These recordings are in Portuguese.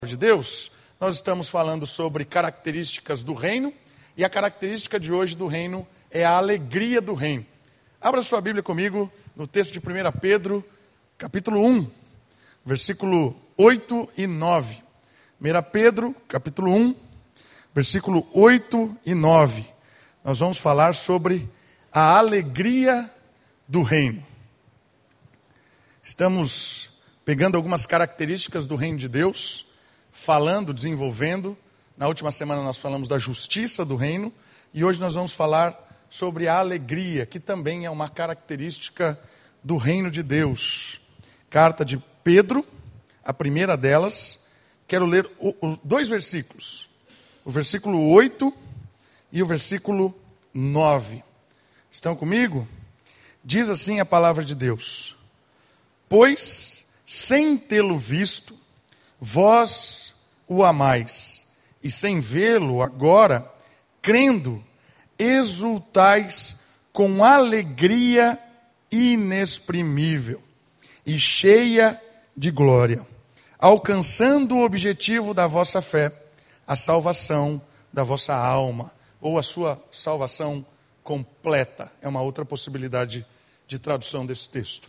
De Deus, nós estamos falando sobre características do reino, e a característica de hoje do reino é a alegria do reino. Abra sua Bíblia comigo no texto de 1 Pedro, capítulo 1, versículo 8 e 9. 1 Pedro, capítulo 1, versículo 8 e 9. Nós vamos falar sobre a alegria do reino. Estamos pegando algumas características do reino de Deus, falando, desenvolvendo. Na última semana nós falamos da justiça do reino, e hoje nós vamos falar sobre a alegria, que também é uma característica do reino de Deus. Carta de Pedro, a primeira delas, quero ler dois versículos, o versículo 8 e o versículo 9. Estão comigo? Diz assim a palavra de Deus: pois, sem tê-lo visto, vós o amais, e sem vê-lo agora, crendo, exultais com alegria inexprimível e cheia de glória, alcançando o objetivo da vossa fé, a salvação da vossa alma, ou a sua salvação completa. É uma outra possibilidade de tradução desse texto.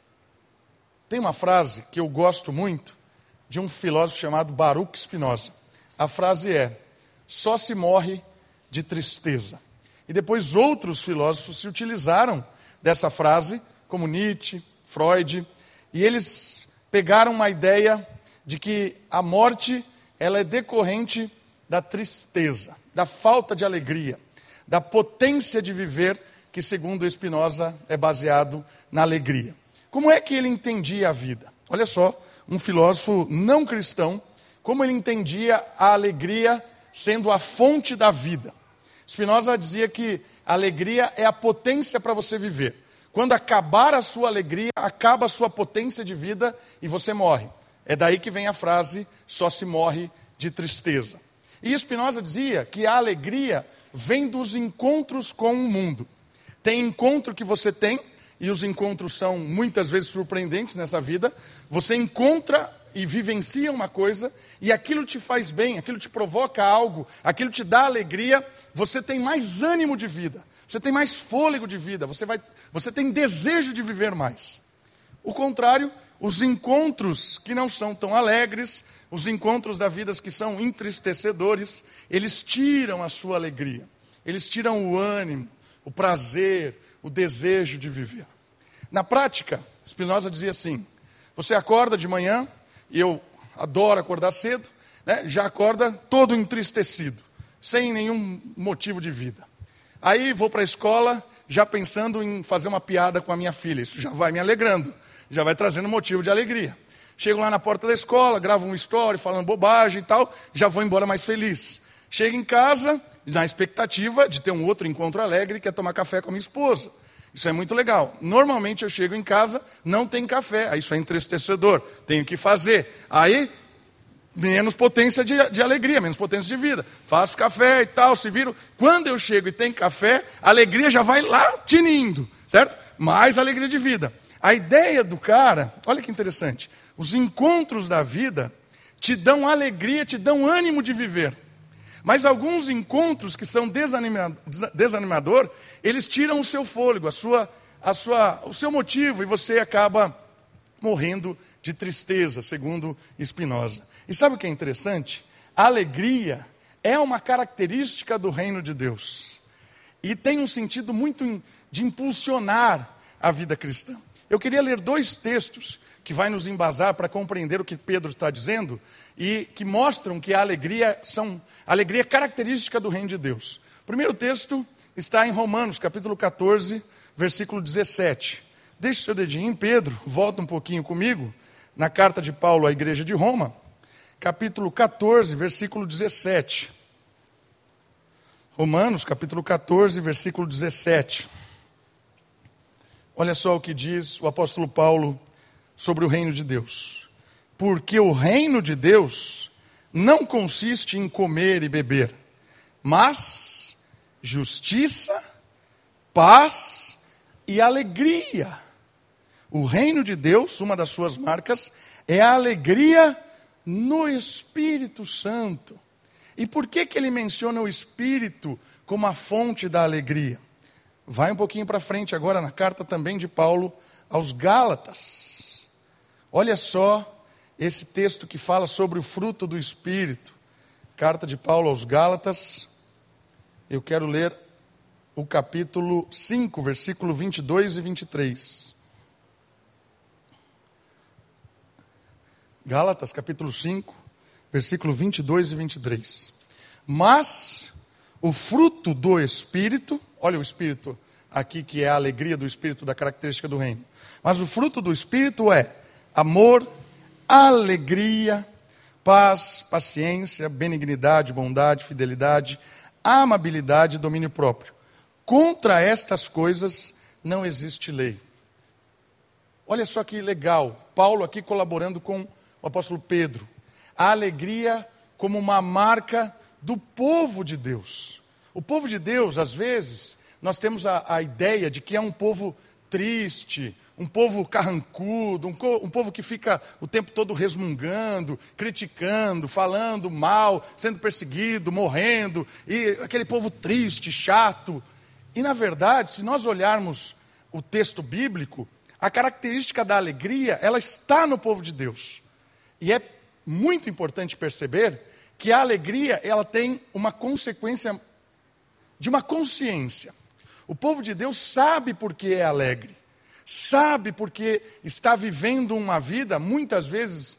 Tem uma frase que eu gosto muito, de um filósofo chamado Baruch Spinoza. A frase é: só se morre de tristeza. E depois outros filósofos se utilizaram dessa frase, como Nietzsche, Freud, e eles pegaram uma ideia de que a morte ela é decorrente da tristeza, da falta de alegria, da potência de viver, que segundo Spinoza é baseado na alegria. Como é que ele entendia a vida? Olha só, um filósofo não cristão, como ele entendia a alegria sendo a fonte da vida. Spinoza dizia que a alegria é a potência para você viver. Quando acabar a sua alegria, acaba a sua potência de vida e você morre. É daí que vem a frase, só se morre de tristeza. E Spinoza dizia que a alegria vem dos encontros com o mundo. Tem encontro que você tem, e os encontros são muitas vezes surpreendentes nessa vida. Você encontra e vivencia uma coisa, e aquilo te faz bem, aquilo te provoca algo, aquilo te dá alegria, você tem mais ânimo de vida, você tem mais fôlego de vida, você tem desejo de viver mais. O contrário, os encontros que não são tão alegres, os encontros da vida que são entristecedores, eles tiram a sua alegria, eles tiram o ânimo, o prazer, o desejo de viver. Na prática, Spinoza dizia assim: você acorda de manhã, e eu adoro acordar cedo, né? Já acorda todo entristecido, sem nenhum motivo de vida. Aí vou para a escola, já pensando em fazer uma piada com a minha filha, isso já vai me alegrando, já vai trazendo motivo de alegria. Chego lá na porta da escola, gravo um story falando bobagem e tal, já vou embora mais feliz. Chego em casa, na expectativa de ter um outro encontro alegre, que é tomar café com a minha esposa. Isso é muito legal. Normalmente eu chego em casa, não tem café, aí isso é entristecedor, tenho que fazer. Aí, menos potência de alegria, menos potência de vida. Faço café e tal, se viro. Quando eu chego e tem café, a alegria já vai lá tinindo, certo? Mais alegria de vida. A ideia do cara, olha que interessante, os encontros da vida te dão alegria, te dão ânimo de viver. Mas alguns encontros que são desanimador, eles tiram o seu fôlego, o seu motivo, e você acaba morrendo de tristeza, segundo Spinoza. E sabe o que é interessante? A alegria é uma característica do reino de Deus. E tem um sentido muito de impulsionar a vida cristã. Eu queria ler dois textos que vai nos embasar para compreender o que Pedro está dizendo, e que mostram que a alegria é característica do reino de Deus. O primeiro texto está em Romanos, capítulo 14, versículo 17. Deixe seu dedinho em Pedro, volta um pouquinho comigo, na carta de Paulo à igreja de Roma, capítulo 14, versículo 17. Romanos, capítulo 14, versículo 17. Olha só o que diz o apóstolo Paulo sobre o reino de Deus. Porque o reino de Deus não consiste em comer e beber, mas justiça, paz e alegria. O reino de Deus, uma das suas marcas, é a alegria no Espírito Santo. E por que ele menciona o Espírito como a fonte da alegria? Vai um pouquinho para frente agora na carta também de Paulo aos Gálatas. Olha só esse texto que fala sobre o fruto do Espírito. Carta de Paulo aos Gálatas. Eu quero ler o capítulo 5, versículo 22 e 23. Gálatas, capítulo 5, versículo 22 e 23. Mas o fruto do Espírito, olha o Espírito aqui que é a alegria do Espírito, da característica do reino. Mas o fruto do Espírito é amor, alegria, paz, paciência, benignidade, bondade, fidelidade, amabilidade e domínio próprio. Contra estas coisas não existe lei. Olha só que legal, Paulo aqui colaborando com o apóstolo Pedro. A alegria como uma marca do povo de Deus. O povo de Deus, às vezes, nós temos a ideia de que é um povo triste, um povo carrancudo, um povo que fica o tempo todo resmungando, criticando, falando mal, sendo perseguido, morrendo, e aquele povo triste, chato. E na verdade, se nós olharmos o texto bíblico, a característica da alegria, ela está no povo de Deus. E é muito importante perceber que a alegria, ela tem uma consequência de uma consciência. O povo de Deus sabe por que é alegre, sabe porque está vivendo uma vida, muitas vezes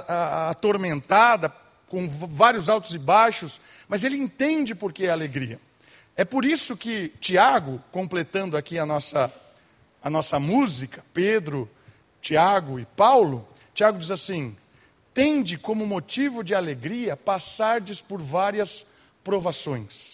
atormentada, com vários altos e baixos, mas ele entende por que é alegria. É por isso que Tiago, completando aqui a nossa música, Pedro, Tiago e Paulo, Tiago diz assim: tende como motivo de alegria passardes por várias provações.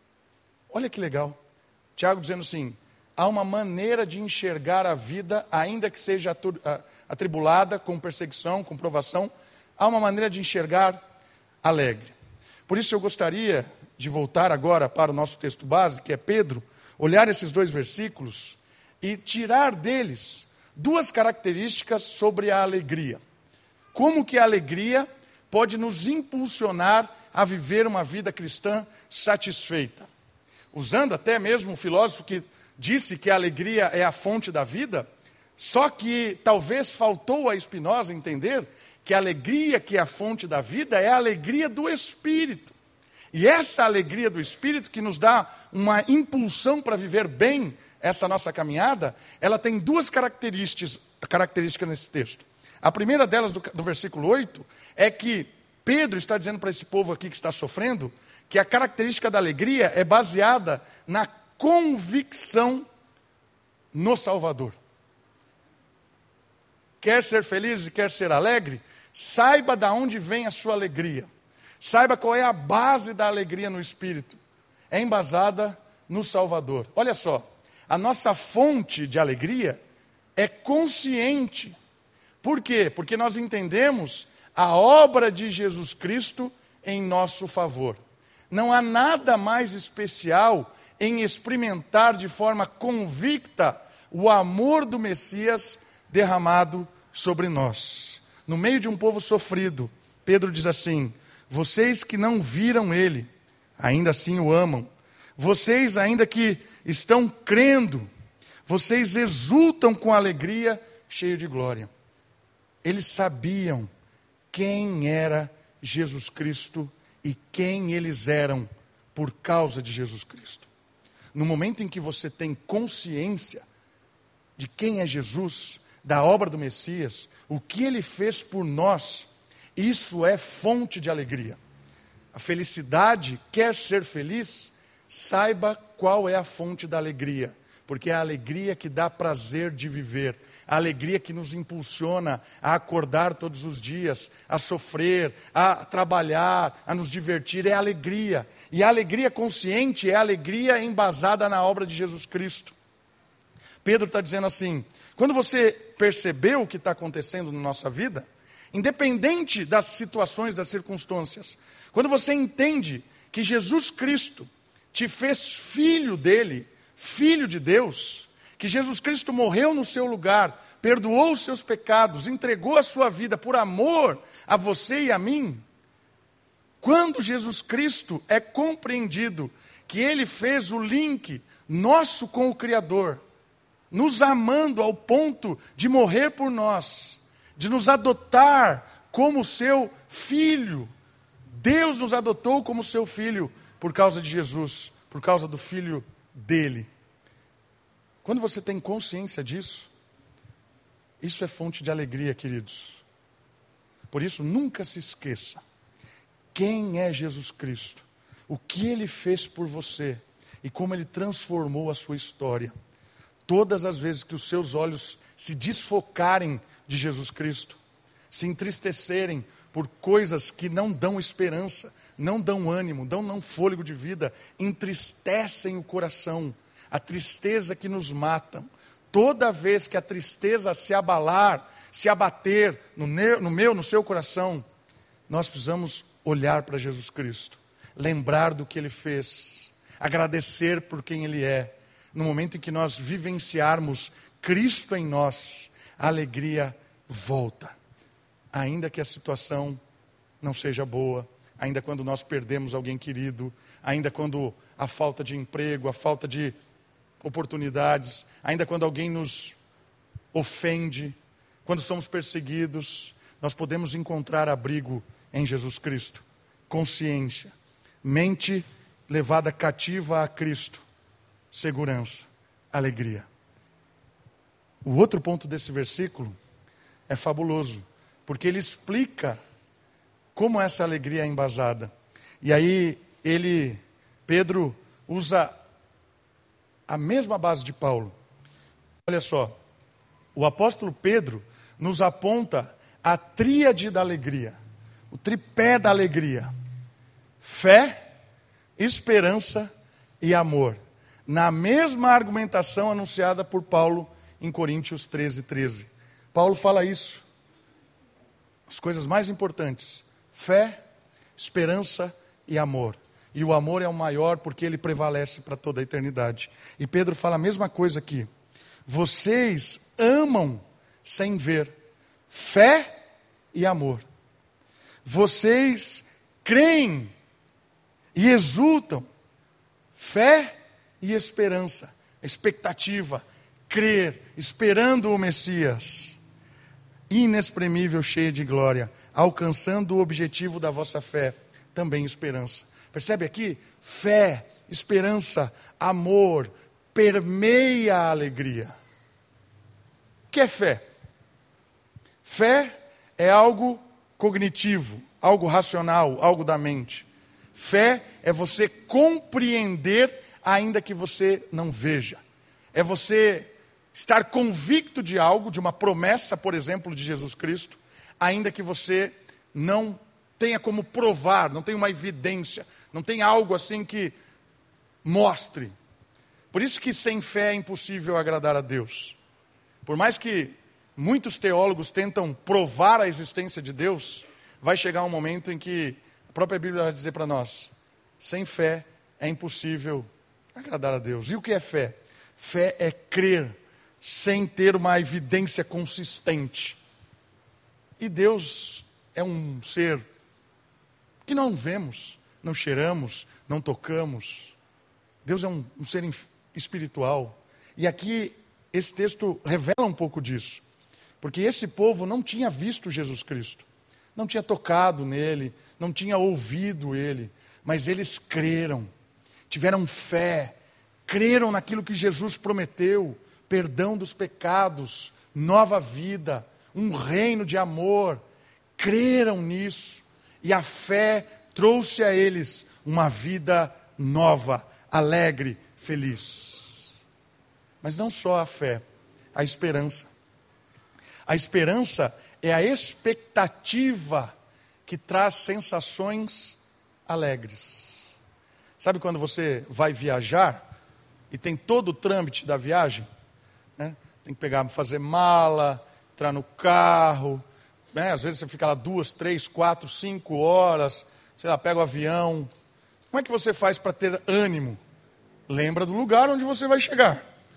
Olha que legal. Tiago dizendo assim, há uma maneira de enxergar a vida, ainda que seja atribulada, com perseguição, com provação, há uma maneira de enxergar alegre. Por isso eu gostaria de voltar agora para o nosso texto base, que é Pedro, olhar esses dois versículos e tirar deles duas características sobre a alegria. Como que a alegria pode nos impulsionar a viver uma vida cristã satisfeita. Usando até mesmo um filósofo que disse que a alegria é a fonte da vida, só que talvez faltou a Spinoza entender que a alegria que é a fonte da vida é a alegria do Espírito. E essa alegria do Espírito que nos dá uma impulsão para viver bem essa nossa caminhada, ela tem duas características nesse texto. A primeira delas, do versículo 8, é que Pedro está dizendo para esse povo aqui que está sofrendo, que a característica da alegria é baseada na convicção no Salvador. Quer ser feliz e quer ser alegre? Saiba de onde vem a sua alegria. Saiba qual é a base da alegria no Espírito. É embasada no Salvador. Olha só, a nossa fonte de alegria é consciente. Por quê? Porque nós entendemos a obra de Jesus Cristo em nosso favor. Não há nada mais especial em experimentar de forma convicta o amor do Messias derramado sobre nós. No meio de um povo sofrido, Pedro diz assim: vocês que não viram ele, ainda assim o amam. Vocês ainda que estão crendo, vocês exultam com alegria, cheio de glória. Eles sabiam quem era Jesus Cristo e quem eles eram por causa de Jesus Cristo. No momento em que você tem consciência de quem é Jesus, da obra do Messias, o que ele fez por nós, isso é fonte de alegria. A felicidade, quer ser feliz, saiba qual é a fonte da alegria, porque é a alegria que dá prazer de viver, a alegria que nos impulsiona a acordar todos os dias, a sofrer, a trabalhar, a nos divertir, é a alegria. E a alegria consciente é a alegria embasada na obra de Jesus Cristo. Pedro está dizendo assim, quando você percebeu o que está acontecendo na nossa vida, independente das situações, das circunstâncias, quando você entende que Jesus Cristo te fez filho dele, filho de Deus, que Jesus Cristo morreu no seu lugar, perdoou os seus pecados, entregou a sua vida por amor a você e a mim, quando Jesus Cristo é compreendido, que Ele fez o link nosso com o Criador, nos amando ao ponto de morrer por nós, de nos adotar como seu filho. Deus nos adotou como seu filho por causa de Jesus, por causa do Filho dele. Quando você tem consciência disso, isso é fonte de alegria, queridos. Por isso, nunca se esqueça quem é Jesus Cristo, o que Ele fez por você e como Ele transformou a sua história. Todas as vezes que os seus olhos se desfocarem de Jesus Cristo, se entristecerem por coisas que não dão esperança, não dão ânimo, não fôlego de vida, entristecem o coração, a tristeza que nos mata. Toda vez que a tristeza se abalar, se abater no seu coração, nós precisamos olhar para Jesus Cristo, lembrar do que Ele fez, agradecer por quem Ele é. No momento em que nós vivenciarmos Cristo em nós, a alegria volta. Ainda que a situação não seja boa, ainda quando nós perdemos alguém querido, ainda quando a falta de emprego, a falta de oportunidades, ainda quando alguém nos ofende, quando somos perseguidos, nós podemos encontrar abrigo em Jesus Cristo, consciência, mente levada cativa a Cristo, segurança, alegria. O outro ponto desse versículo é fabuloso, porque ele explica como essa alegria é embasada. E aí Pedro usa a mesma base de Paulo. Olha só, o apóstolo Pedro nos aponta a tríade da alegria, o tripé da alegria: fé, esperança e amor, na mesma argumentação anunciada por Paulo em Coríntios 13:13. Paulo fala isso, as coisas mais importantes: fé, esperança e amor. E o amor é o maior porque ele prevalece para toda a eternidade. E Pedro fala a mesma coisa aqui: vocês amam sem ver, fé e amor. Vocês creem e exultam, fé e esperança, expectativa, crer, esperando o Messias, inexprimível, cheio de glória, alcançando o objetivo da vossa fé, também esperança. Percebe aqui? Fé, esperança, amor, permeia a alegria. O que é fé? Fé é algo cognitivo, algo racional, algo da mente. Fé é você compreender ainda que você não veja. É você estar convicto de algo, de uma promessa, por exemplo, de Jesus Cristo, ainda que você não tenha como provar, não tenha uma evidência, não tenha algo assim que mostre. Por isso que sem fé é impossível agradar a Deus. Por mais que muitos teólogos tentam provar a existência de Deus, vai chegar um momento em que a própria Bíblia vai dizer para nós: sem fé é impossível agradar a Deus. E o que é fé? Fé é crer sem ter uma evidência consistente. E Deus é um ser que não vemos, não cheiramos, não tocamos. Deus é um ser espiritual. E aqui esse texto revela um pouco disso. Porque esse povo não tinha visto Jesus Cristo, não tinha tocado nele, não tinha ouvido ele, mas eles creram, tiveram fé, creram naquilo que Jesus prometeu: perdão dos pecados, nova vida, um reino de amor. Creram nisso, e a fé trouxe a eles uma vida nova, alegre, feliz. Mas não só a fé, a esperança. A esperança é a expectativa que traz sensações alegres. Sabe quando você vai viajar e tem todo o trâmite da viagem, né? Tem que fazer mala, entrar no carro, né? Às vezes você fica lá 2, 3, 4, 5 horas, sei lá, pega o avião. Como é que você faz para ter ânimo? Lembra do lugar onde você vai chegar, né?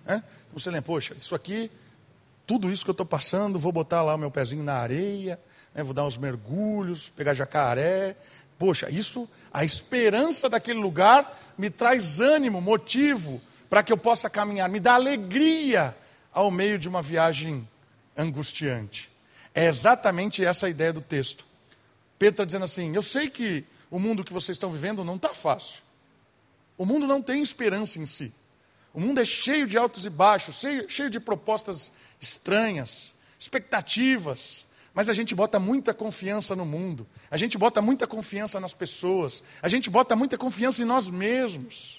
Então você lembra, poxa, isso aqui, tudo isso que eu estou passando, vou botar lá o meu pezinho na areia, né, vou dar uns mergulhos, pegar jacaré. Poxa, isso, a esperança daquele lugar me traz ânimo, motivo para que eu possa caminhar, me dá alegria ao meio de uma viagem angustiante. É exatamente essa a ideia do texto. Pedro está dizendo assim, eu sei que o mundo que vocês estão vivendo não está fácil. O mundo não tem esperança em si. O mundo é cheio de altos e baixos, cheio de propostas estranhas, expectativas. Mas a gente bota muita confiança no mundo. A gente bota muita confiança nas pessoas. A gente bota muita confiança em nós mesmos.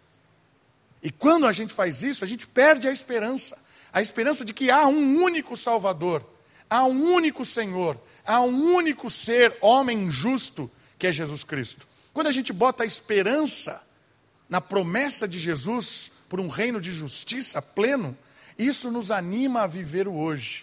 E quando a gente faz isso, a gente perde a esperança. A esperança de que há um único Salvador. Há um único Senhor. Há um único ser, homem justo, que é Jesus Cristo. Quando a gente bota a esperança na promessa de Jesus por um reino de justiça pleno, isso nos anima a viver o hoje.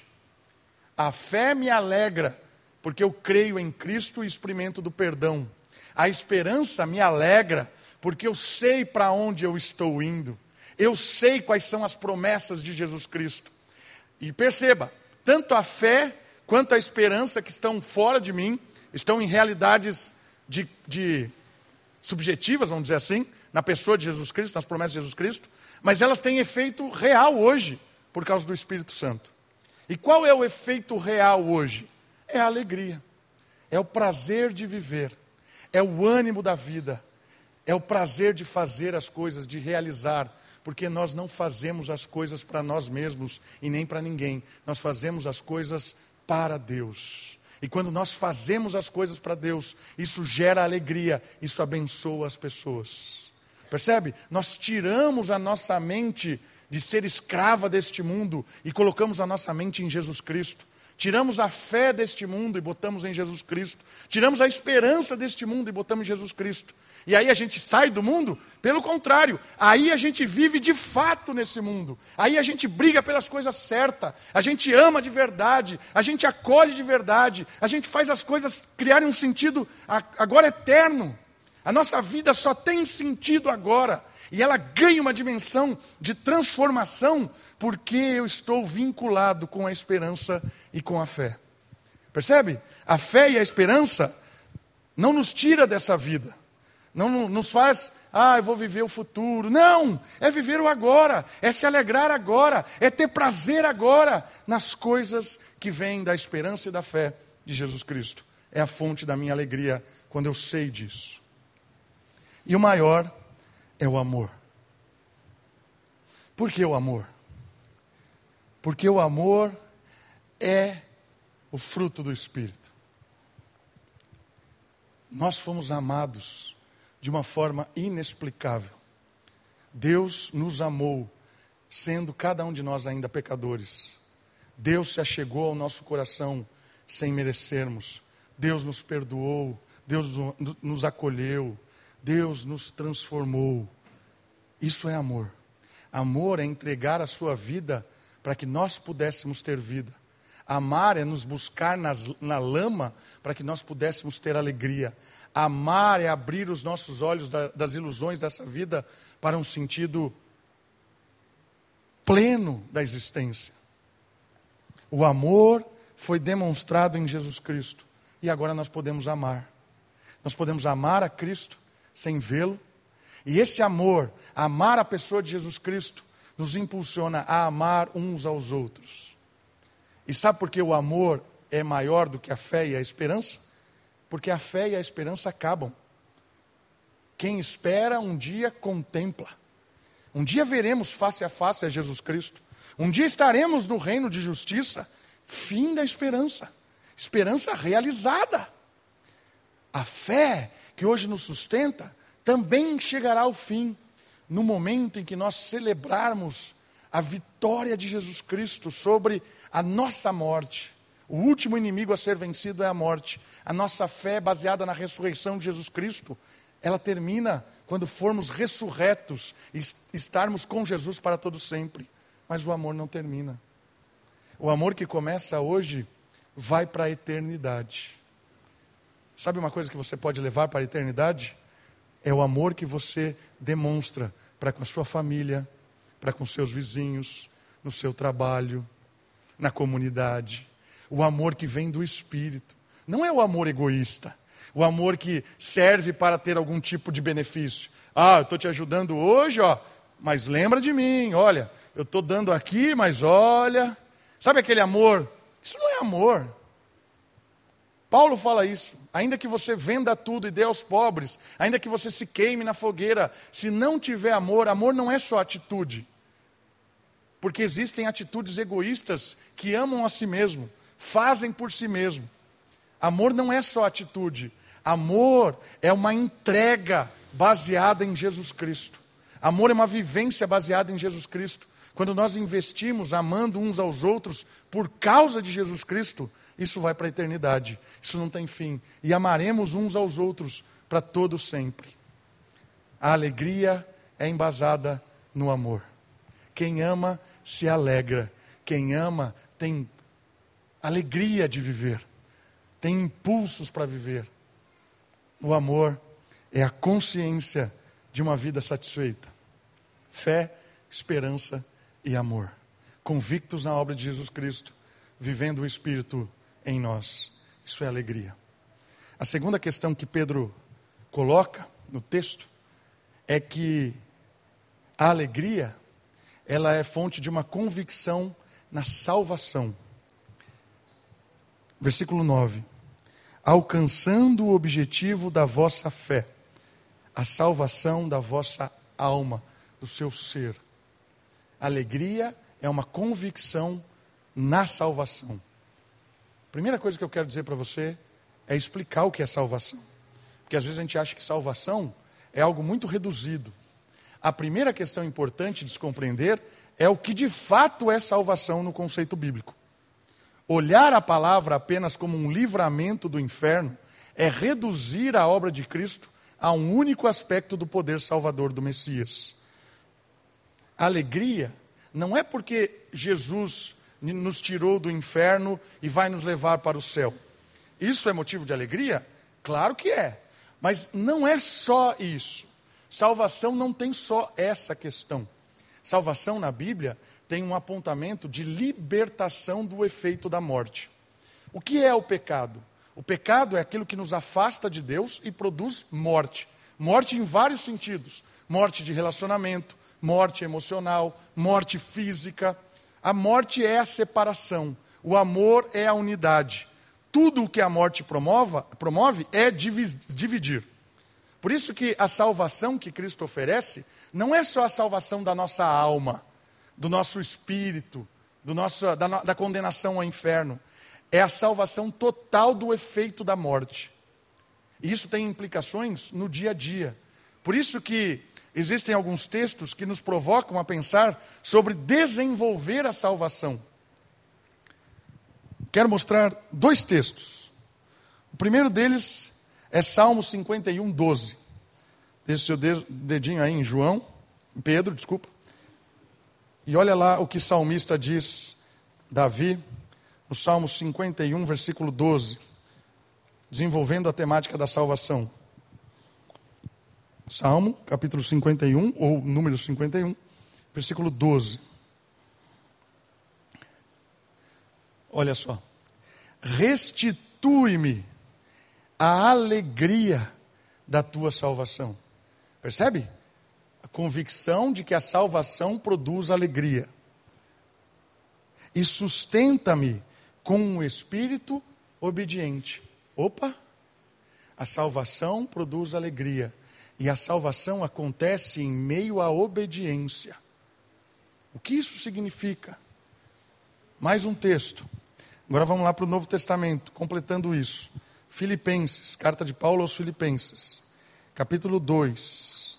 A fé me alegra, porque eu creio em Cristo e experimento do perdão. A esperança me alegra, porque eu sei para onde eu estou indo. Eu sei quais são as promessas de Jesus Cristo. E perceba, tanto a fé quanto a esperança que estão fora de mim, estão em realidades de subjetivas, vamos dizer assim, na pessoa de Jesus Cristo, nas promessas de Jesus Cristo, mas elas têm efeito real hoje, por causa do Espírito Santo. E qual é o efeito real hoje? É a alegria, é o prazer de viver, é o ânimo da vida, é o prazer de fazer as coisas, de realizar, porque nós não fazemos as coisas para nós mesmos e nem para ninguém, nós fazemos as coisas para Deus. E quando nós fazemos as coisas para Deus, isso gera alegria, isso abençoa as pessoas. Percebe? Nós tiramos a nossa mente de ser escrava deste mundo e colocamos a nossa mente em Jesus Cristo. Tiramos a fé deste mundo e botamos em Jesus Cristo. Tiramos a esperança deste mundo e botamos em Jesus Cristo. E aí a gente sai do mundo? Pelo contrário, aí a gente vive de fato nesse mundo. Aí a gente briga pelas coisas certas, a gente ama de verdade, a gente acolhe de verdade, a gente faz as coisas criarem um sentido agora eterno. A nossa vida só tem sentido agora. E ela ganha uma dimensão de transformação porque eu estou vinculado com a esperança e com a fé. Percebe? A fé e a esperança não nos tira dessa vida. Não nos faz, eu vou viver o futuro. Não, é viver o agora, é se alegrar agora, é ter prazer agora nas coisas que vêm da esperança e da fé de Jesus Cristo. É a fonte da minha alegria quando eu sei disso. E o maior é o amor. Por que o amor? Porque o amor é o fruto do Espírito. Nós fomos amados de uma forma inexplicável. Deus nos amou, sendo cada um de nós ainda pecadores. Deus se achegou ao nosso coração sem merecermos. Deus nos perdoou, Deus nos acolheu, Deus nos transformou. Isso é amor. Amor é entregar a sua vida para que nós pudéssemos ter vida. Amar é nos buscar na lama para que nós pudéssemos ter alegria. Amar é abrir os nossos olhos das ilusões dessa vida para um sentido pleno da existência. O amor foi demonstrado em Jesus Cristo e agora nós podemos amar. Nós podemos amar a Cristo sem vê-lo. E esse amor, amar a pessoa de Jesus Cristo, nos impulsiona a amar uns aos outros. E sabe por que o amor é maior do que a fé e a esperança? Porque a fé e a esperança acabam. Quem espera um dia contempla. Um dia veremos face a face a Jesus Cristo. Um dia estaremos no reino de justiça. Fim da esperança. Esperança realizada. A fé que hoje nos sustenta também chegará ao fim, no momento em que nós celebrarmos a vitória de Jesus Cristo sobre a nossa morte. O último inimigo a ser vencido é a morte. A nossa fé baseada na ressurreição de Jesus Cristo, ela termina quando formos ressurretos e estarmos com Jesus para todo sempre. Mas o amor não termina. O amor que começa hoje vai para a eternidade. Sabe uma coisa que você pode levar para a eternidade? É o amor que você demonstra para com a sua família, para com seus vizinhos, no seu trabalho, na comunidade. O amor que vem do Espírito. Não é o amor egoísta. O amor que serve para ter algum tipo de benefício. Eu estou te ajudando hoje, mas lembra de mim, olha, eu estou dando aqui, mas olha. Sabe aquele amor? Isso não é amor. Paulo fala isso. Ainda que você venda tudo e dê aos pobres, ainda que você se queime na fogueira, se não tiver amor, amor não é só atitude. Porque existem atitudes egoístas que amam a si mesmo, fazem por si mesmo. Amor não é só atitude. Amor é uma entrega baseada em Jesus Cristo. Amor é uma vivência baseada em Jesus Cristo. Quando nós investimos amando uns aos outros por causa de Jesus Cristo, isso vai para a eternidade. Isso não tem fim. E amaremos uns aos outros para todo sempre. A alegria é embasada no amor. Quem ama se alegra. Quem ama tem alegria de viver. Tem impulsos para viver. O amor é a consciência de uma vida satisfeita. Fé, esperança e amor. Convictos na obra de Jesus Cristo, vivendo o Espírito em nós. Isso é alegria. A segunda questão que Pedro coloca no texto é que a alegria, ela é fonte de uma convicção na salvação. Versículo 9. Alcançando o objetivo da vossa fé, a salvação da vossa alma, do seu ser. Alegria é uma convicção na salvação. Primeira coisa que eu quero dizer para você é explicar o que é salvação. Porque às vezes a gente acha que salvação é algo muito reduzido. A primeira questão importante de se compreender é o que de fato é salvação no conceito bíblico. Olhar a palavra apenas como um livramento do inferno é reduzir a obra de Cristo a um único aspecto do poder salvador do Messias. A alegria não é porque Jesus nos tirou do inferno e vai nos levar para o céu. Isso é motivo de alegria? Claro que é. Mas não é só isso. Salvação não tem só essa questão. Salvação na Bíblia tem um apontamento de libertação do efeito da morte. O que é o pecado? O pecado é aquilo que nos afasta de Deus e produz morte. Morte em vários sentidos. Morte de relacionamento, morte emocional, morte física. A morte é a separação. O amor é a unidade. Tudo o que a morte promove é dividir. Por isso que a salvação que Cristo oferece não é só a salvação da nossa alma, do nosso espírito, da condenação ao inferno. É a salvação total do efeito da morte. E isso tem implicações no dia a dia. Por isso que existem alguns textos que nos provocam a pensar sobre desenvolver a salvação. Quero mostrar dois textos. O primeiro deles é Salmo 51, 12. Deixe o seu dedinho aí em Pedro. E olha lá o que o salmista diz, Davi, no Salmo 51, versículo 12, desenvolvendo a temática da salvação. Salmo, capítulo 51, ou número 51, versículo 12. Olha só. Restitui-me a alegria da tua salvação. Percebe? A convicção de que a salvação produz alegria. E sustenta-me com um espírito obediente. Opa! A salvação produz alegria. E a salvação acontece em meio à obediência. O que isso significa? Mais um texto. Agora vamos lá para o Novo Testamento, completando isso. Filipenses, carta de Paulo aos Filipenses, capítulo 2.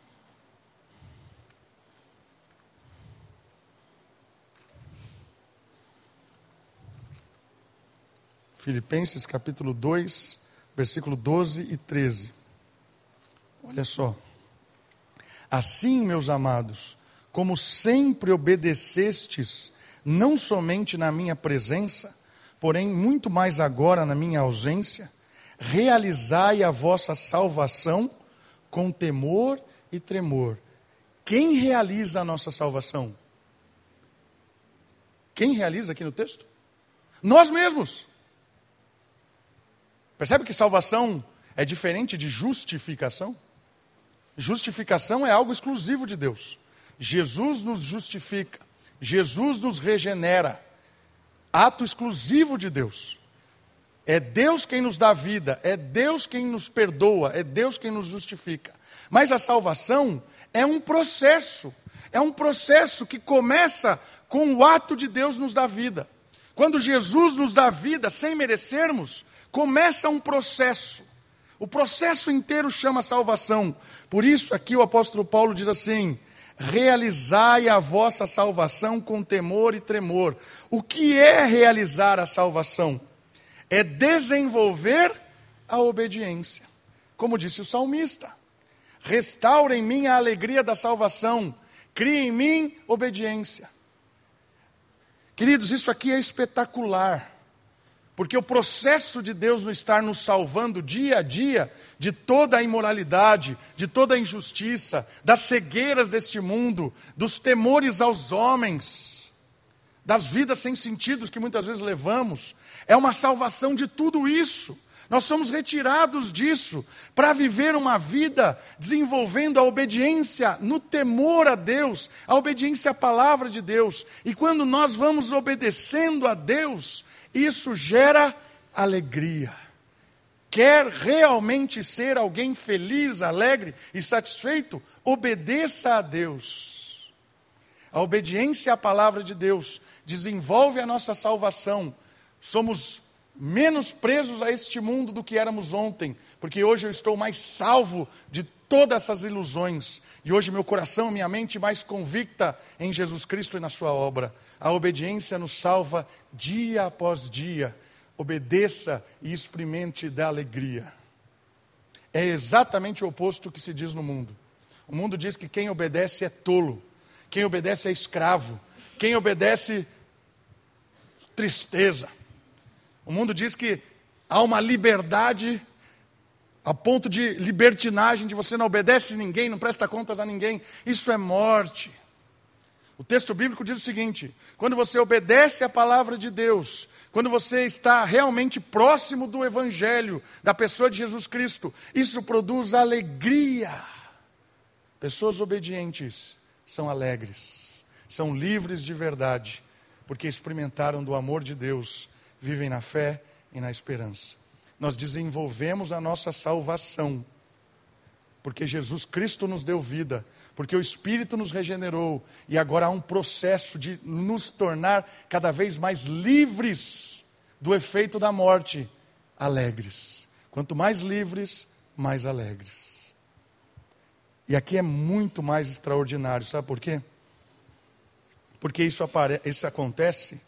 Filipenses, capítulo 2, versículo 12 e 13. Olha só. Assim, meus amados, como sempre obedecestes, não somente na minha presença, porém muito mais agora na minha ausência, realizai a vossa salvação com temor e tremor. Quem realiza a nossa salvação? Quem realiza aqui no texto? Nós mesmos. Percebe que salvação é diferente de justificação? Justificação é algo exclusivo de Deus. Jesus nos justifica, Jesus nos regenera. Ato exclusivo de Deus. É Deus quem nos dá vida, é Deus quem nos perdoa, é Deus quem nos justifica. Mas a salvação é um processo que começa com o ato de Deus nos dar vida. Quando Jesus nos dá vida sem merecermos, começa um processo. O processo inteiro chama salvação. Por isso aqui o apóstolo Paulo diz assim: realizai a vossa salvação com temor e tremor. O que é realizar a salvação? É desenvolver a obediência. Como disse o salmista: restaura em mim a alegria da salvação, cria em mim obediência. Queridos, isso aqui é espetacular, porque o processo de Deus no estar nos salvando dia a dia de toda a imoralidade, de toda a injustiça, das cegueiras deste mundo, dos temores aos homens, das vidas sem sentidos que muitas vezes levamos, é uma salvação de tudo isso. Nós somos retirados disso para viver uma vida desenvolvendo a obediência no temor a Deus, a obediência à palavra de Deus. E quando nós vamos obedecendo a Deus, isso gera alegria. Quer realmente ser alguém feliz, alegre e satisfeito? Obedeça a Deus. A obediência à palavra de Deus desenvolve a nossa salvação. Somos menos presos a este mundo do que éramos ontem, porque hoje eu estou mais salvo de todas essas ilusões, e hoje meu coração e minha mente mais convicta em Jesus Cristo e na sua obra. A obediência nos salva dia após dia. Obedeça e experimente da alegria. É exatamente o oposto que se diz no mundo. O mundo diz que quem obedece é tolo, quem obedece é escravo, quem obedece tristeza. O mundo diz que há uma liberdade a ponto de libertinagem, de você não obedece a ninguém, não presta contas a ninguém. Isso é morte. O texto bíblico diz o seguinte: quando você obedece à palavra de Deus, quando você está realmente próximo do Evangelho, da pessoa de Jesus Cristo, isso produz alegria. Pessoas obedientes são alegres, são livres de verdade, porque experimentaram do amor de Deus, vivem na fé e na esperança. Nós desenvolvemos a nossa salvação, porque Jesus Cristo nos deu vida, porque o Espírito nos regenerou, e agora há um processo de nos tornar cada vez mais livres do efeito da morte, alegres. Quanto mais livres, mais alegres. E aqui é muito mais extraordinário, sabe por quê? Porque isso acontece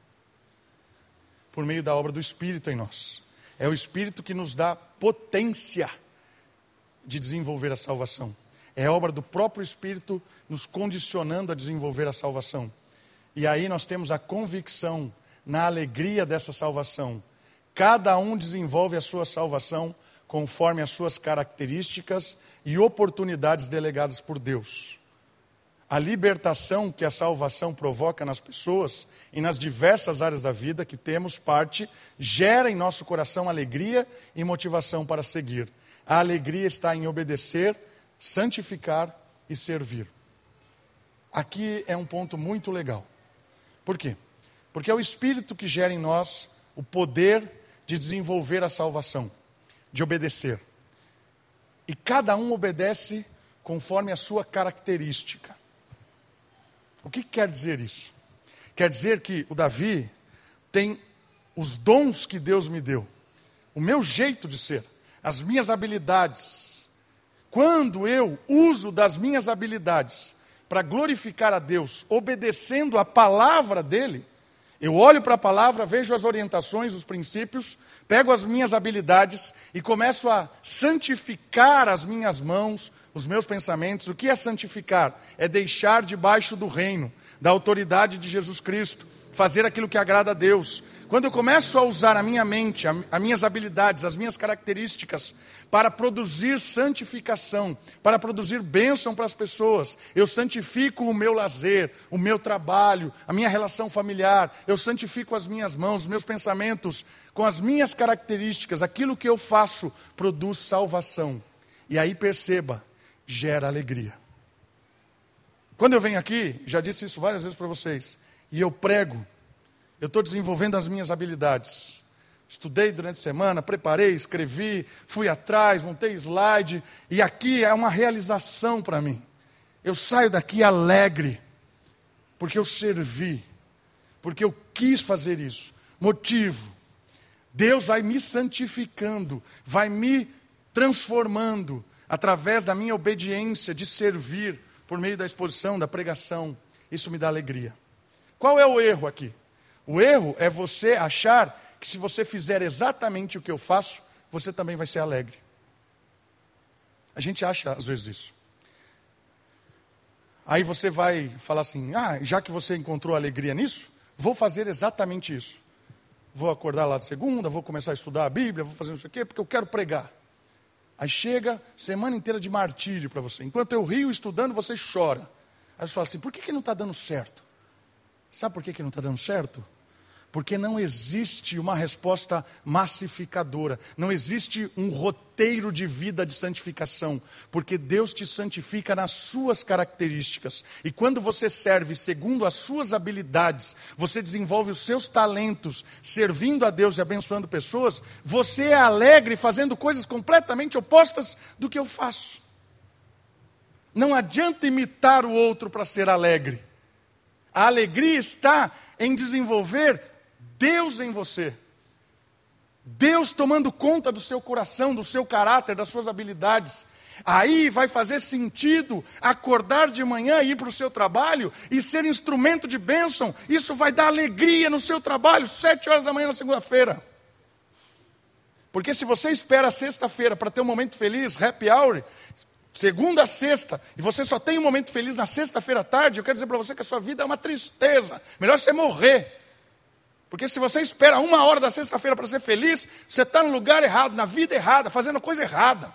por meio da obra do Espírito em nós. É o Espírito que nos dá potência de desenvolver a salvação. É a obra do próprio Espírito nos condicionando a desenvolver a salvação. E aí nós temos a convicção na alegria dessa salvação. Cada um desenvolve a sua salvação conforme as suas características e oportunidades delegadas por Deus. A libertação que a salvação provoca nas pessoas e nas diversas áreas da vida que temos parte, gera em nosso coração alegria e motivação para seguir. A alegria está em obedecer, santificar e servir. Aqui é um ponto muito legal. Por quê? Porque é o Espírito que gera em nós o poder de desenvolver a salvação, de obedecer. E cada um obedece conforme a sua característica. O que quer dizer isso? Quer dizer que o Davi tem os dons que Deus me deu, o meu jeito de ser, as minhas habilidades. Quando eu uso das minhas habilidades para glorificar a Deus, obedecendo a palavra dele, eu olho para a palavra, vejo as orientações, os princípios, pego as minhas habilidades e começo a santificar as minhas mãos, os meus pensamentos. O que é santificar? É deixar debaixo do reino, da autoridade de Jesus Cristo, fazer aquilo que agrada a Deus. Quando eu começo a usar a minha mente, as minhas habilidades, as minhas características para produzir santificação, para produzir bênção para as pessoas, eu santifico o meu lazer, o meu trabalho, a minha relação familiar, eu santifico as minhas mãos, os meus pensamentos, com as minhas características, aquilo que eu faço produz salvação. E aí perceba, gera alegria. Quando eu venho aqui, já disse isso várias vezes para vocês, e eu prego, eu estou desenvolvendo as minhas habilidades. Estudei durante a semana, preparei, escrevi, fui atrás, montei slide. E aqui é uma realização para mim. Eu saio daqui alegre, porque eu servi, porque eu quis fazer isso. Motivo, Deus vai me santificando, vai me transformando, através da minha obediência de servir, por meio da exposição, da pregação. Isso me dá alegria. Qual é o erro aqui? O erro é você achar que se você fizer exatamente o que eu faço, você também vai ser alegre. A gente acha às vezes isso. Aí você vai falar assim, já que você encontrou alegria nisso, vou fazer exatamente isso. Vou acordar lá de segunda, vou começar a estudar a Bíblia, vou fazer não sei o quê, porque eu quero pregar. Aí chega semana inteira de martírio para você. Enquanto eu rio estudando, você chora. Aí você fala assim, por que não está dando certo? Sabe por que não está dando certo? Porque não existe uma resposta massificadora, não existe um roteiro de vida de santificação, porque Deus te santifica nas suas características, e quando você serve segundo as suas habilidades, você desenvolve os seus talentos, servindo a Deus e abençoando pessoas, você é alegre fazendo coisas completamente opostas do que eu faço. Não adianta imitar o outro para ser alegre. A alegria está em desenvolver Deus em você. Deus tomando conta do seu coração, do seu caráter, das suas habilidades. Aí vai fazer sentido acordar de manhã, ir para o seu trabalho e ser instrumento de bênção. Isso vai dar alegria no seu trabalho, 7 horas da manhã na segunda-feira. Porque se você espera a sexta-feira para ter um momento feliz, happy hour, segunda a sexta, e você só tem um momento feliz na sexta-feira à tarde, eu quero dizer para você que a sua vida é uma tristeza. Melhor você morrer. Porque se você espera 1 hora da sexta-feira para ser feliz, você está no lugar errado, na vida errada, fazendo a coisa errada.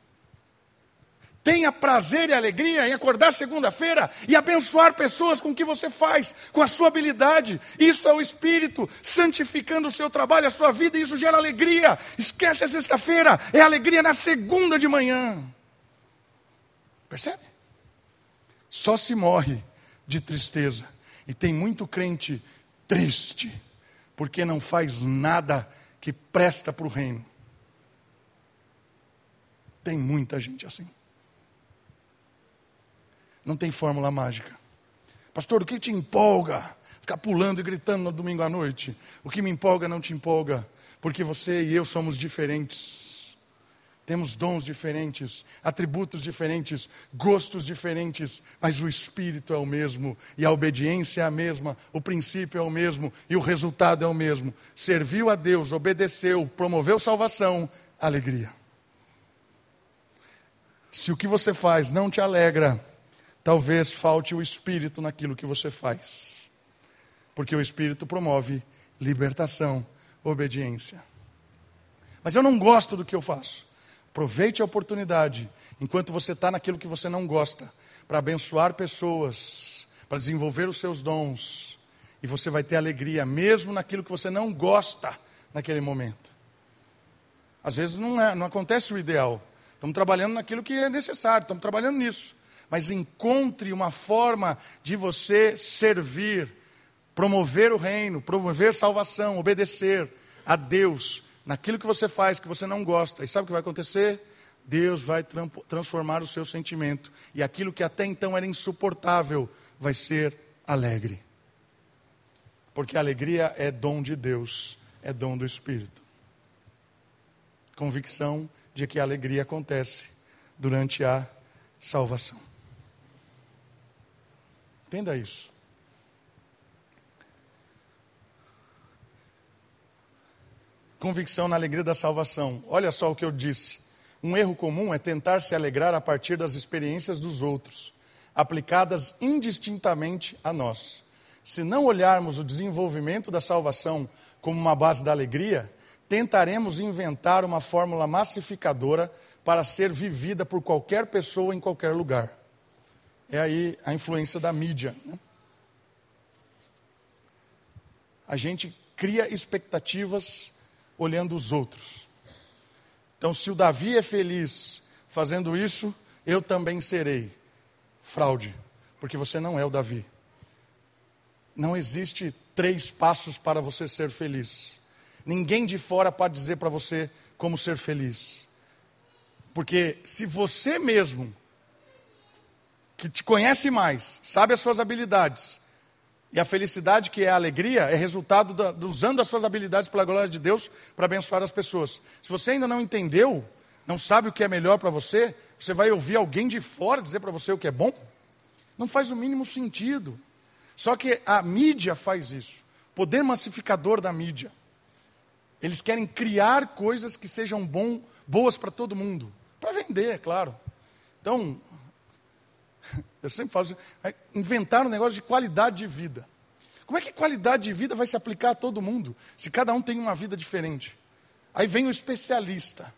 Tenha prazer e alegria em acordar segunda-feira e abençoar pessoas com o que você faz, com a sua habilidade. Isso é o Espírito santificando o seu trabalho, a sua vida, e isso gera alegria. Esquece a sexta-feira, é alegria na segunda de manhã. Percebe? Só se morre de tristeza. E tem muito crente triste, porque não faz nada que presta para o reino. Tem muita gente assim. Não tem fórmula mágica. Pastor, o que te empolga? Ficar pulando e gritando no domingo à noite. O que me empolga não te empolga, porque você e eu somos diferentes. Temos dons diferentes, atributos diferentes, gostos diferentes, mas o Espírito é o mesmo, e a obediência é a mesma, o princípio é o mesmo, e o resultado é o mesmo. Serviu a Deus, obedeceu, promoveu salvação, alegria. Se o que você faz não te alegra, talvez falte o Espírito naquilo que você faz. Porque o Espírito promove libertação, obediência. Mas eu não gosto do que eu faço. Aproveite a oportunidade, enquanto você está naquilo que você não gosta, para abençoar pessoas, para desenvolver os seus dons, e você vai ter alegria, mesmo naquilo que você não gosta naquele momento. Às vezes não acontece o ideal, estamos trabalhando naquilo que é necessário, estamos trabalhando nisso, mas encontre uma forma de você servir, promover o reino, promover salvação, obedecer a Deus, naquilo que você faz, que você não gosta. E sabe o que vai acontecer? Deus vai transformar o seu sentimento. E aquilo que até então era insuportável, vai ser alegre. Porque a alegria é dom de Deus, é dom do Espírito. Convicção de que a alegria acontece durante a salvação. Entenda isso. Convicção na alegria da salvação. Olha só o que eu disse. Um erro comum é tentar se alegrar a partir das experiências dos outros, aplicadas indistintamente a nós. Se não olharmos o desenvolvimento da salvação como uma base da alegria, tentaremos inventar uma fórmula massificadora para ser vivida por qualquer pessoa em qualquer lugar. É aí a influência da mídia, né? A gente cria expectativas olhando os outros. Então, se o Davi é feliz fazendo isso, eu também serei. Fraude, porque você não é o Davi. Não existe 3 passos para você ser feliz. Ninguém de fora pode dizer para você como ser feliz. Porque se você mesmo, que te conhece mais, sabe as suas habilidades, e a felicidade, que é a alegria, é resultado usando as suas habilidades pela glória de Deus para abençoar as pessoas. Se você ainda não entendeu, não sabe o que é melhor para você, você vai ouvir alguém de fora dizer para você o que é bom? Não faz o mínimo sentido. Só que a mídia faz isso. O poder massificador da mídia. Eles querem criar coisas que sejam boas para todo mundo. Para vender, é claro. Então, eu sempre falo assim, inventaram um negócio de qualidade de vida. Como é que qualidade de vida vai se aplicar a todo mundo, se cada um tem uma vida diferente? Aí vem o especialista.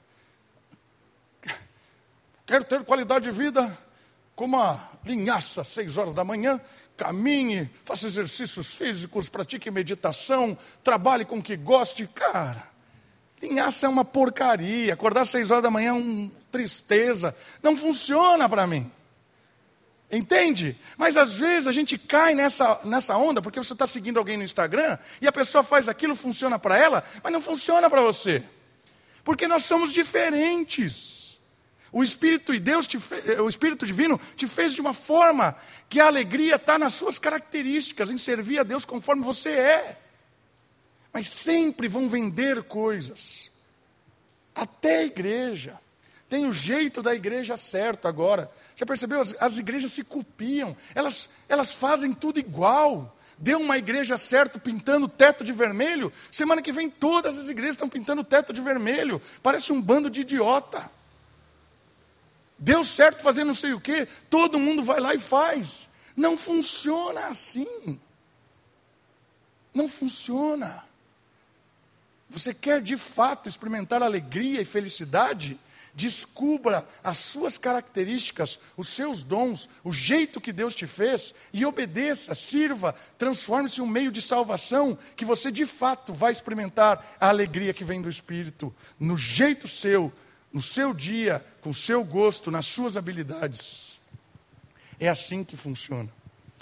Quero ter qualidade de vida como a linhaça, 6 horas da manhã, caminhe, faça exercícios físicos, pratique meditação, trabalhe com o que goste. Cara, linhaça é uma porcaria, acordar às 6 horas da manhã é uma tristeza, não funciona para mim. Entende? Mas às vezes a gente cai nessa onda, porque você está seguindo alguém no Instagram, e a pessoa faz aquilo, funciona para ela, mas não funciona para você. Porque nós somos diferentes. O Espírito o Espírito Divino te fez de uma forma que a alegria está nas suas características, em servir a Deus conforme você é. Mas sempre vão vender coisas. Até a igreja. Tem o jeito da igreja certo agora. Já percebeu? As igrejas se copiam. Elas fazem tudo igual. Deu uma igreja certo pintando o teto de vermelho. Semana que vem todas as igrejas estão pintando o teto de vermelho. Parece um bando de idiota. Deu certo fazer não sei o quê. Todo mundo vai lá e faz. Não funciona assim. Não funciona. Você quer de fato experimentar alegria e felicidade? Descubra as suas características, os seus dons, o jeito que Deus te fez e obedeça, sirva, transforme-se em um meio de salvação que você de fato vai experimentar a alegria que vem do Espírito, no jeito seu, no seu dia, com o seu gosto, nas suas habilidades. É assim que funciona.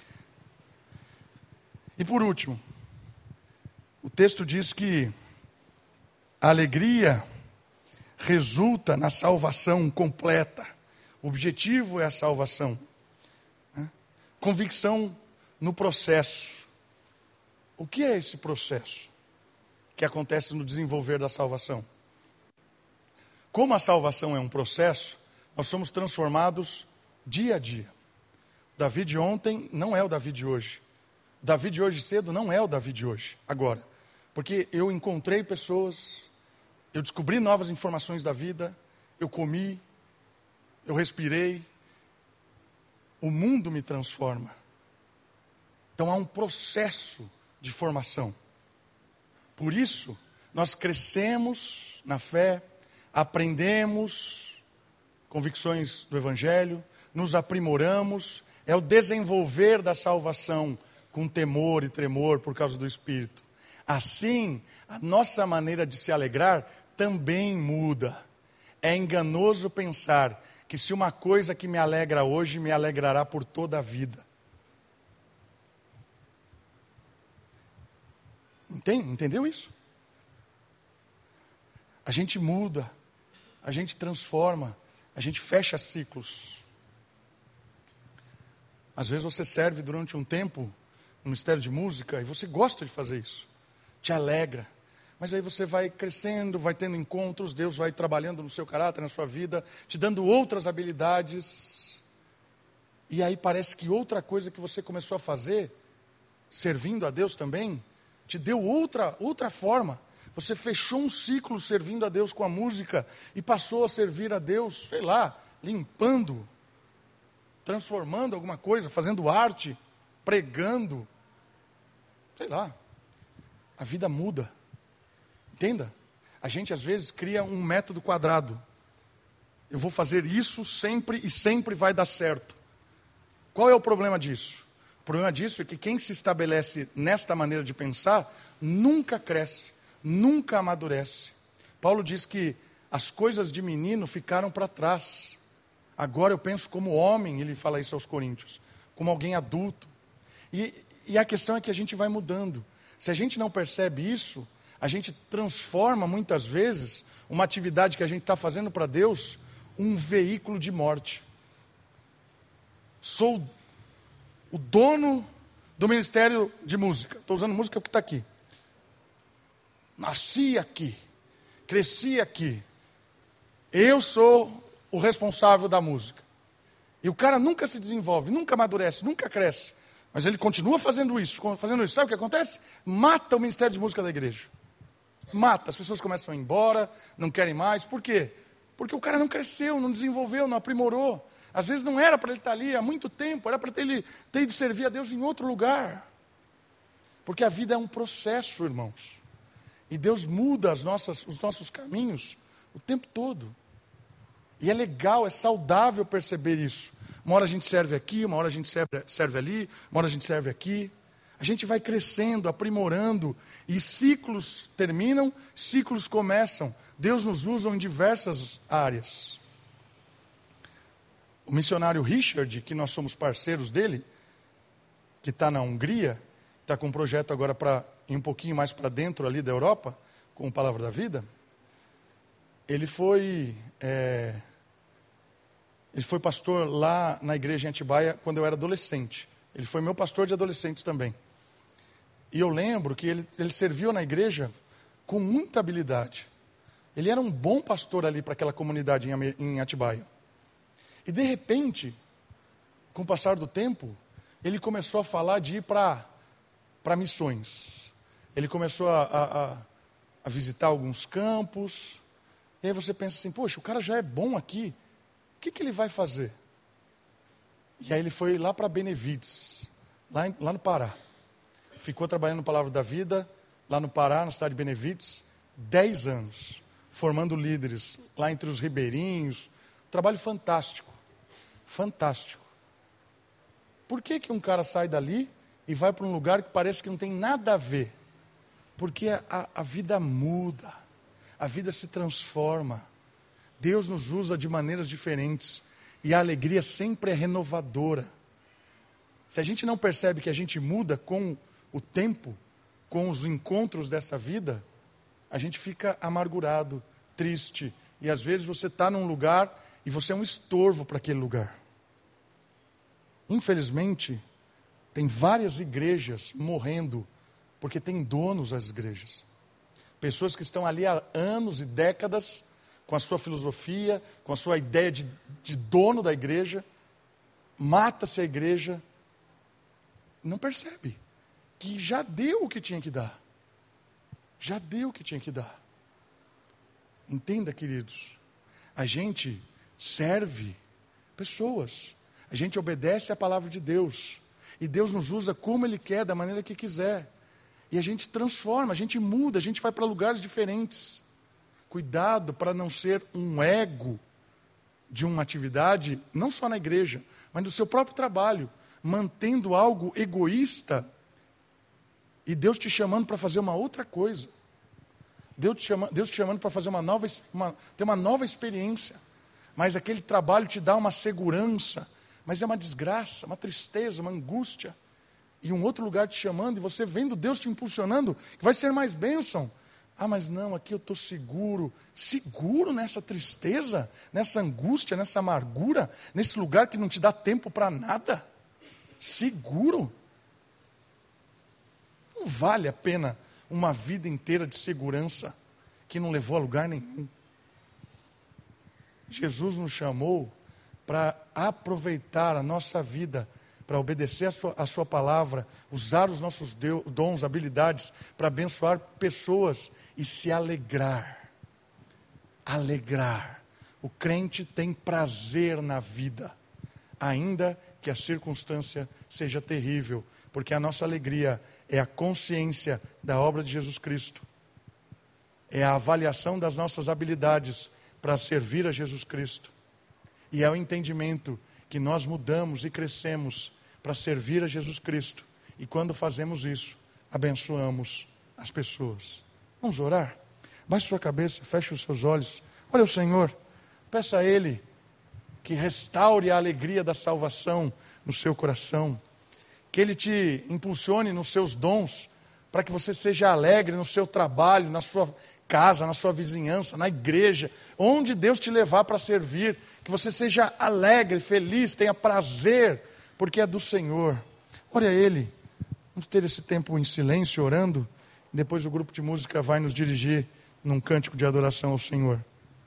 E por último, o texto diz que a alegria resulta na salvação completa. O objetivo é a salvação. Convicção no processo. O que é esse processo que acontece no desenvolver da salvação? Como a salvação é um processo, nós somos transformados dia a dia. O Davi de ontem não é o Davi de hoje. O Davi de hoje cedo não é o Davi de hoje, agora. Porque eu encontrei pessoas, eu descobri novas informações da vida, eu comi, eu respirei, o mundo me transforma. Então há um processo de formação. Por isso, nós crescemos na fé, aprendemos convicções do Evangelho, nos aprimoramos, é o desenvolver da salvação com temor e tremor por causa do Espírito. Assim, a nossa maneira de se alegrar também muda. É enganoso pensar que se uma coisa que me alegra hoje, me alegrará por toda a vida. Entendeu isso? A gente muda, a gente transforma, a gente fecha ciclos. Às vezes você serve durante um tempo no Ministério de Música e você gosta de fazer isso, te alegra. Mas aí você vai crescendo, vai tendo encontros, Deus vai trabalhando no seu caráter, na sua vida, te dando outras habilidades. E aí parece que outra coisa que você começou a fazer, servindo a Deus também, te deu outra forma. Você fechou um ciclo servindo a Deus com a música e passou a servir a Deus, sei lá, limpando, transformando alguma coisa, fazendo arte, pregando. Sei lá, a vida muda. Entenda? A gente às vezes cria um método quadrado. Eu vou fazer isso sempre e sempre vai dar certo. Qual é o problema disso? O problema disso é que quem se estabelece nesta maneira de pensar nunca cresce, nunca amadurece. Paulo diz que as coisas de menino ficaram para trás. Agora eu penso como homem, ele fala isso aos Coríntios, como alguém adulto. E a questão é que a gente vai mudando. Se a gente não percebe isso, a gente transforma muitas vezes uma atividade que a gente está fazendo para Deus um veículo de morte. Sou o dono do ministério de música. Estou usando música porque está aqui. Nasci aqui. Cresci aqui. Eu sou o responsável da música. E o cara nunca se desenvolve, nunca amadurece, nunca cresce. Mas ele continua fazendo isso. Sabe o que acontece? Mata o ministério de música da igreja. Mata. As pessoas começam a ir embora, não querem mais. Por quê? Porque o cara não cresceu, não desenvolveu, não aprimorou. Às vezes não era para ele estar ali há muito tempo, era para ele ter ido servir a Deus em outro lugar. Porque a vida é um processo, irmãos. E Deus muda os nossos caminhos o tempo todo. E é legal, é saudável perceber isso. Uma hora a gente serve aqui, uma hora a gente serve ali, uma hora a gente serve aqui. A gente vai crescendo, aprimorando, e ciclos terminam, ciclos começam. Deus nos usa em diversas áreas. O missionário Richard, que nós somos parceiros dele, que está na Hungria, está com um projeto agora para ir um pouquinho mais para dentro ali da Europa, com a Palavra da Vida. Ele foi pastor lá na igreja em Atibaia quando eu era adolescente. Ele foi meu pastor de adolescentes também. E eu lembro que ele serviu na igreja com muita habilidade. Ele era um bom pastor ali para aquela comunidade em Atibaia. E de repente, com o passar do tempo, ele começou a falar de ir para missões. Ele começou a visitar alguns campos. E aí você pensa assim, poxa, o cara já é bom aqui. O que ele vai fazer? E aí ele foi lá para Benevides, lá no Pará. Ficou trabalhando no Palavra da Vida, lá no Pará, na cidade de Benevides, 10 anos, formando líderes lá entre os ribeirinhos. Trabalho fantástico, fantástico. Por que um cara sai dali e vai para um lugar que parece que não tem nada a ver? Porque a vida muda, a vida se transforma. Deus nos usa de maneiras diferentes e a alegria sempre é renovadora. Se a gente não percebe que a gente muda com o tempo, com os encontros dessa vida, a gente fica amargurado, triste. E às vezes você está num lugar e você é um estorvo para aquele lugar. Infelizmente, tem várias igrejas morrendo porque tem donos as igrejas. Pessoas que estão ali há anos e décadas com a sua filosofia, com a sua ideia de dono da igreja, mata-se a igreja, não percebe que já deu o que tinha que dar. Já deu o que tinha que dar. Entenda, queridos, a gente serve pessoas, a gente obedece à palavra de Deus, e Deus nos usa como Ele quer, da maneira que quiser, e a gente transforma, a gente muda, a gente vai para lugares diferentes. Cuidado para não ser um ego de uma atividade, não só na igreja, mas no seu próprio trabalho, mantendo algo egoísta e Deus te chamando para fazer uma outra coisa. Deus te chamando para fazer ter uma nova experiência, mas aquele trabalho te dá uma segurança, mas é uma desgraça, uma tristeza, uma angústia, e um outro lugar te chamando, e você vendo Deus te impulsionando, que vai ser mais bênção. Ah, mas não, aqui eu estou seguro nessa tristeza, nessa angústia, nessa amargura, nesse lugar que não te dá tempo para nada. Seguro? Não vale a pena uma vida inteira de segurança que não levou a lugar nenhum. Jesus nos chamou para aproveitar a nossa vida, para obedecer a sua palavra, usar os nossos dons, habilidades, para abençoar pessoas e se alegrar. Alegrar. O crente tem prazer na vida, ainda que a circunstância seja terrível, porque a nossa alegria é a consciência da obra de Jesus Cristo. é a avaliação das nossas habilidades para servir a Jesus Cristo. E é o entendimento que nós mudamos e crescemos para servir a Jesus Cristo. E quando fazemos isso, abençoamos as pessoas. Vamos orar? Baixe sua cabeça, feche os seus olhos. Olha o Senhor, peça a Ele que restaure a alegria da salvação no seu coração. Que Ele te impulsione nos seus dons, para que você seja alegre no seu trabalho, na sua casa, na sua vizinhança, na igreja, onde Deus te levar para servir, que você seja alegre, feliz, tenha prazer, porque é do Senhor. Ore a Ele. Vamos ter esse tempo em silêncio, orando. Depois o grupo de música vai nos dirigir num cântico de adoração ao Senhor.